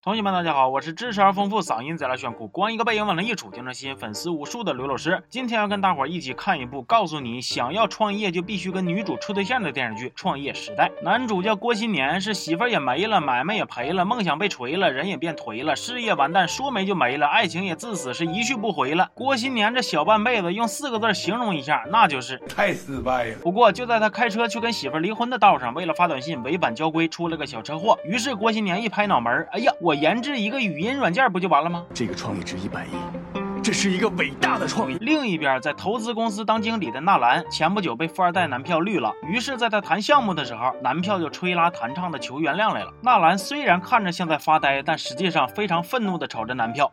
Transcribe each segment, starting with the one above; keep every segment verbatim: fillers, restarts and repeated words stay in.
同学们大家好，我是知识而丰富，嗓音贼拉炫酷，光一个背影往那一杵就能吸引粉丝无数的刘老师。今天要跟大伙儿一起看一部告诉你想要创业就必须跟女主处对象的电视剧《创业时代》。男主叫郭新年，是媳妇儿也没了，买卖也赔了，梦想被锤了，人也变颓了，事业完蛋，说没就没了，爱情也自死，是一去不回了。郭新年这小半辈子用四个字形容一下，那就是太失败了。 不过就在他开车去跟媳妇儿离婚的道上，为了发短信违反交规出了个小车祸。于是郭新年一拍脑门，哎呀，我研制一个语音软件不就完了吗？ 这个创意值一百亿，这是一个伟大的创意。 另一边，在投资公司当经理的纳兰，前不久被富二代男票绿了，于是在他谈项目的时候，男票就吹拉弹唱的求原谅来了。纳兰虽然看着像在发呆，但实际上非常愤怒的瞅着男票。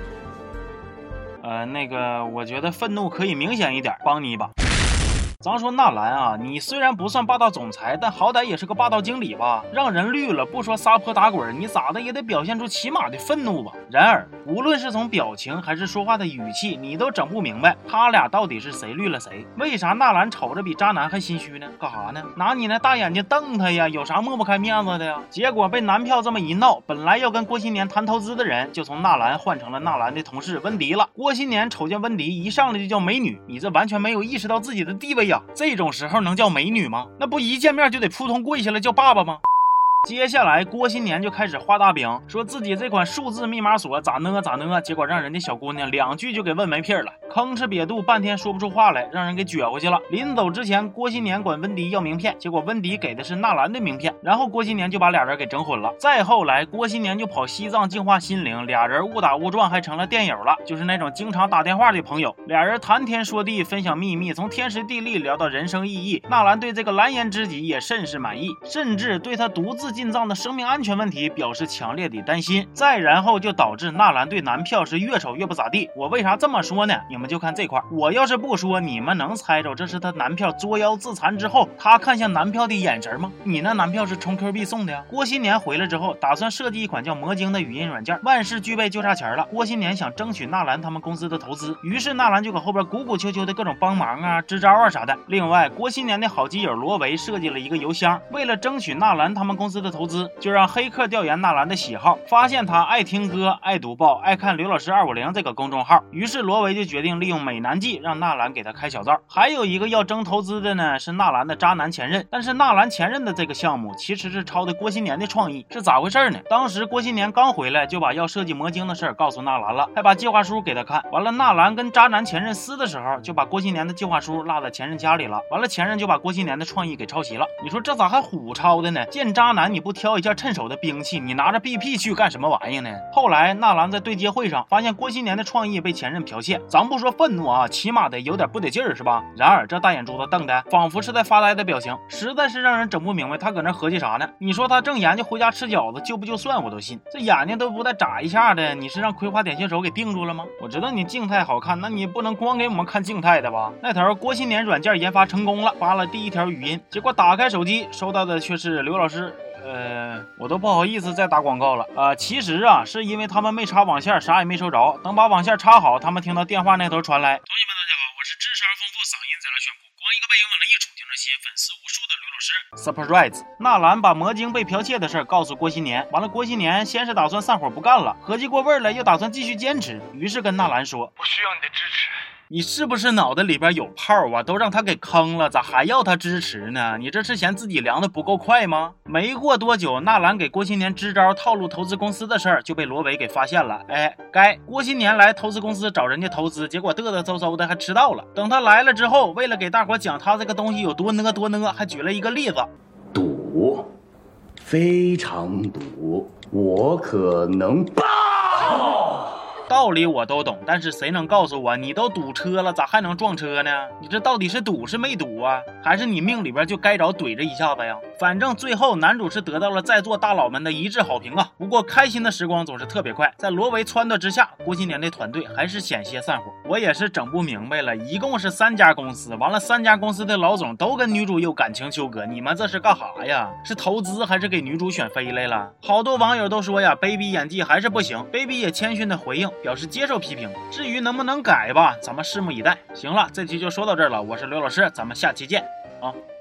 呃，那个，我觉得愤怒可以明显一点，帮你一把。咱说纳兰啊，你虽然不算霸道总裁，但好歹也是个霸道经理吧？让人绿了，不说撒泼打滚，你咋的也得表现出起码的愤怒吧？然而，无论是从表情还是说话的语气，你都整不明白他俩到底是谁绿了谁？为啥纳兰瞅着比渣男还心虚呢？干啥呢？拿你那大眼睛瞪他呀？有啥抹不开面子的呀？结果被男票这么一闹，本来要跟郭新年谈投资的人，就从纳兰换成了纳兰的同事温迪了。郭新年瞅见温迪，一上来就叫美女，你这完全没有意识到自己的地位呀！这种时候能叫美女吗？那不一见面就得扑通跪下来叫爸爸吗？接下来郭新年就开始画大饼，说自己这款数字密码锁咋呢咋呢，结果让人家小姑娘两句就给问没屁了，吭哧瘪肚半天说不出话来，让人给撅回去了。临走之前，郭新年管温迪要名片，结果温迪给的是纳兰的名片，然后郭新年就把俩人给整混了。再后来郭新年就跑西藏净化心灵，俩人误打误撞还成了电友了，就是那种经常打电话的朋友。俩人谈天说地，分享秘密，从天时地利聊到人生意义。纳兰对这个蓝颜知己也甚是满意，甚至对他独自进藏的生命安全问题表示强烈的担心。再然后就导致纳兰对男票是越瞅越不咋地。我为啥这么说呢？你们就看这块，我要是不说，你们能猜着这是他男票作妖自残之后他看向男票的眼神吗？你那男票是充 Q 币送的呀。郭新年回来之后打算设计一款叫魔晶的语音软件，万事俱备就差钱了。郭新年想争取纳兰他们公司的投资，于是纳兰就搁后边鼓鼓秋秋的各种帮忙啊支招啊啥的。另外郭新年的好基友罗维设计了一个邮箱，为了争取纳兰他们公司的投资，就让黑客调研纳兰的喜好，发现他爱听歌、爱读报、爱看刘老师二五零这个公众号。于是罗维就决定利用美男计让纳兰给他开小灶。还有一个要争投资的呢是纳兰的渣男前任，但是纳兰前任的这个项目其实是抄的郭新年的创意，是咋回事呢？当时郭新年刚回来就把要设计魔晶的事儿告诉纳兰了，还把计划书给他看。完了，纳兰跟渣男前任撕的时候，就把郭新年的计划书落在前任家里了。完了，前任就把郭新年的创意给抄袭了。你说这咋还虎抄的呢？见渣男你不挑一件趁手的兵器，你拿着 B P 去干什么玩意呢？后来纳兰在对接会上发现郭新年的创意被前任剽窃，咱不说愤怒啊，起码得有点不得劲儿是吧？然而这大眼珠子瞪的仿佛是在发呆的表情，实在是让人整不明白他搁那合计啥呢？你说他正研究回家吃饺子就不就算我都信，这眼睛都不带眨一下的，你是让葵花点心手给定住了吗？我知道你静态好看，那你不能光给我们看静态的吧？那头郭新年软件研发成功了，发了第一条语音，结果打开手机收到的却是刘老师。呃，我都不好意思再打广告了。呃，其实啊，是因为他们没插网线，啥也没收着。等把网线插好，他们听到电话那头传来。同学们大家好，我是知识而丰富，嗓音贼拉炫酷，光一个背影往那一杵就能吸引粉丝无数的刘老师。Surprise！ 纳兰把魔晶被剽窃的事告诉郭新年，完了郭新年先是打算散伙不干了，合计过味了，又打算继续坚持，于是跟纳兰说：“ 我需要你的支持。” 你是不是脑袋里边有泡啊？都让他给坑了，咋还要他支持呢？你这是嫌自己凉的不够快吗？没过多久，纳兰给郭新年支招套路投资公司的事儿就被罗维给发现了。哎，该郭新年来投资公司找人家投资，结果嘚嘚嗖嗖的还迟到了。等他来了之后，为了给大伙讲他这个东西有多呢多呢，还举了一个例子： 赌，非常赌，我可能爆。 道理我都懂，但是谁能告诉我，你都堵车了，咋还能撞车呢？你这到底是堵是没堵啊？还是你命里边就该着怼着一下子呀？反正最后男主是得到了在座大佬们的一致好评啊。不过开心的时光总是特别快，在罗维撺掇之下，郭新年的团队还是险些散伙。我也是整不明白了，一共是三家公司，完了三家公司的老总都跟女主有感情纠葛，你们这是干啥呀？是投资还是给女主选妃来了？好多网友都说呀 ，baby 演技还是不行 ，baby 也谦逊的回应。表示接受批评，至于能不能改吧，咱们拭目以待。行了，这期就说到这儿了，我是刘老师，咱们下期见啊。